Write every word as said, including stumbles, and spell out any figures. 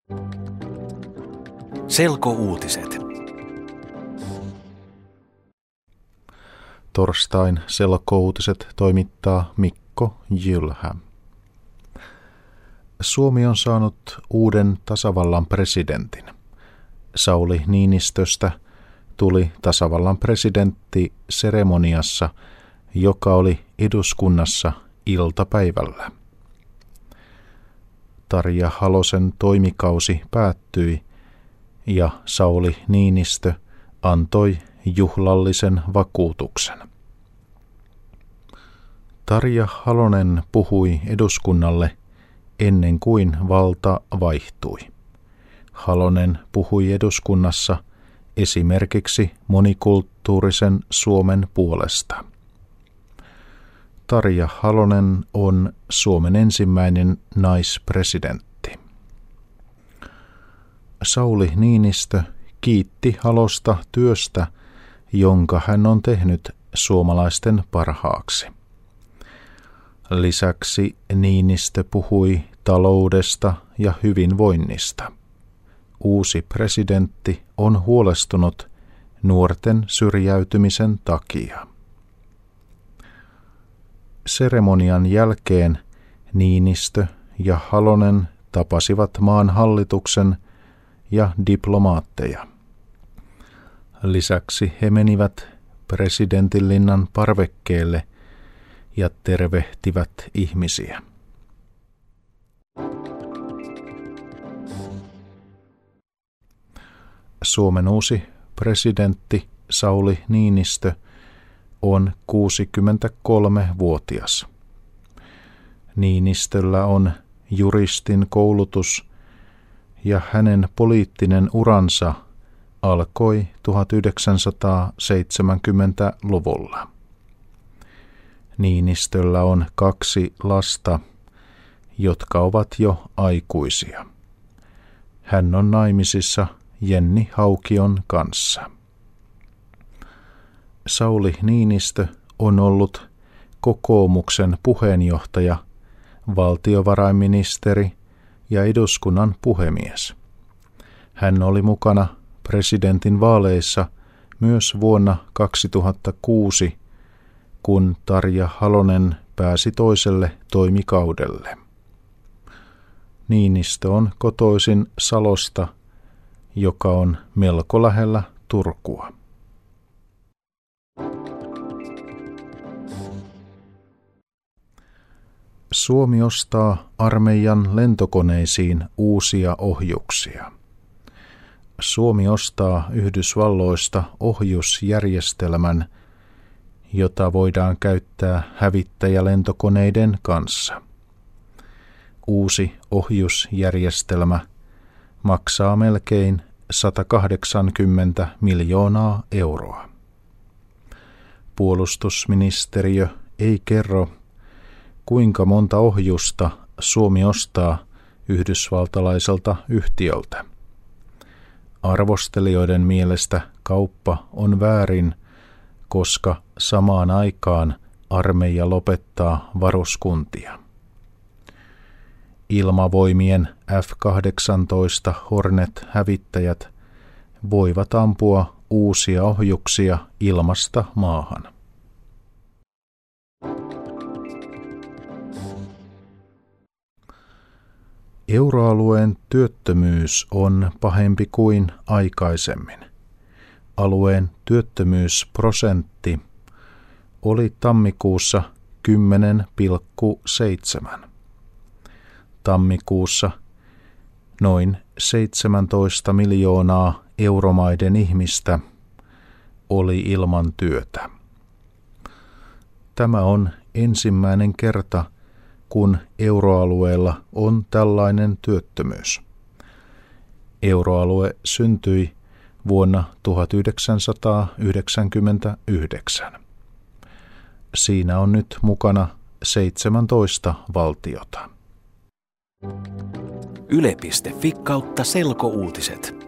Selkouutiset. Torstain selkouutiset toimittaa Mikko Jylhä. Suomi on saanut uuden tasavallan presidentin. Sauli Niinistöstä tuli tasavallan presidentti seremoniassa, joka oli eduskunnassa iltapäivällä. Tarja Halosen toimikausi päättyi ja Sauli Niinistö antoi juhlallisen vakuutuksen. Tarja Halonen puhui eduskunnalle ennen kuin valta vaihtui. Halonen puhui eduskunnassa esimerkiksi monikulttuurisen Suomen puolesta. Tarja Halonen on Suomen ensimmäinen naispresidentti. Sauli Niinistö kiitti Halosta työstä, jonka hän on tehnyt suomalaisten parhaaksi. Lisäksi Niinistö puhui taloudesta ja hyvinvoinnista. Uusi presidentti on huolestunut nuorten syrjäytymisen takia. Seremonian jälkeen Niinistö ja Halonen tapasivat maan hallituksen ja diplomaatteja. Lisäksi he menivät presidentinlinnan parvekkeelle ja tervehtivät ihmisiä. Suomen uusi presidentti Sauli Niinistö on kuusikymmentäkolmevuotias. Niinistöllä on juristin koulutus ja hänen poliittinen uransa alkoi tuhatyhdeksänsataaseitsemänkymmentäluvulla. Niinistöllä on kaksi lasta, jotka ovat jo aikuisia. Hän on naimisissa Jenni Haukion kanssa. Sauli Niinistö on ollut kokoomuksen puheenjohtaja, valtiovarainministeri ja eduskunnan puhemies. Hän oli mukana presidentin vaaleissa myös vuonna kaksituhattakuusi, kun Tarja Halonen pääsi toiselle toimikaudelle. Niinistö on kotoisin Salosta, joka on melko lähellä Turkua. Suomi ostaa armeijan lentokoneisiin uusia ohjuksia. Suomi ostaa Yhdysvalloista ohjusjärjestelmän, jota voidaan käyttää hävittäjälentokoneiden kanssa. Uusi ohjusjärjestelmä maksaa melkein satakahdeksankymmentä miljoonaa euroa. Puolustusministeriö ei kerro, kuinka monta ohjusta Suomi ostaa yhdysvaltalaiselta yhtiöltä. Arvostelijoiden mielestä kauppa on väärin, koska samaan aikaan armeija lopettaa varuskuntia. Ilmavoimien F kahdeksantoista Hornet-hävittäjät voivat ampua uusia ohjuksia ilmasta maahan. Euroalueen työttömyys on pahempi kuin aikaisemmin. Alueen työttömyysprosentti oli tammikuussa kymmenen pilkku seitsemän. Tammikuussa noin seitsemäntoista miljoonaa euromaiden ihmistä oli ilman työtä. Tämä on ensimmäinen kerta, kun euroalueella on tällainen työttömyys. Euroalue syntyi vuonna tuhatyhdeksänsataayhdeksänkymmentäyhdeksän. Siinä on nyt mukana seitsemäntoista valtiota. Yle piste fi kautta selkouutiset.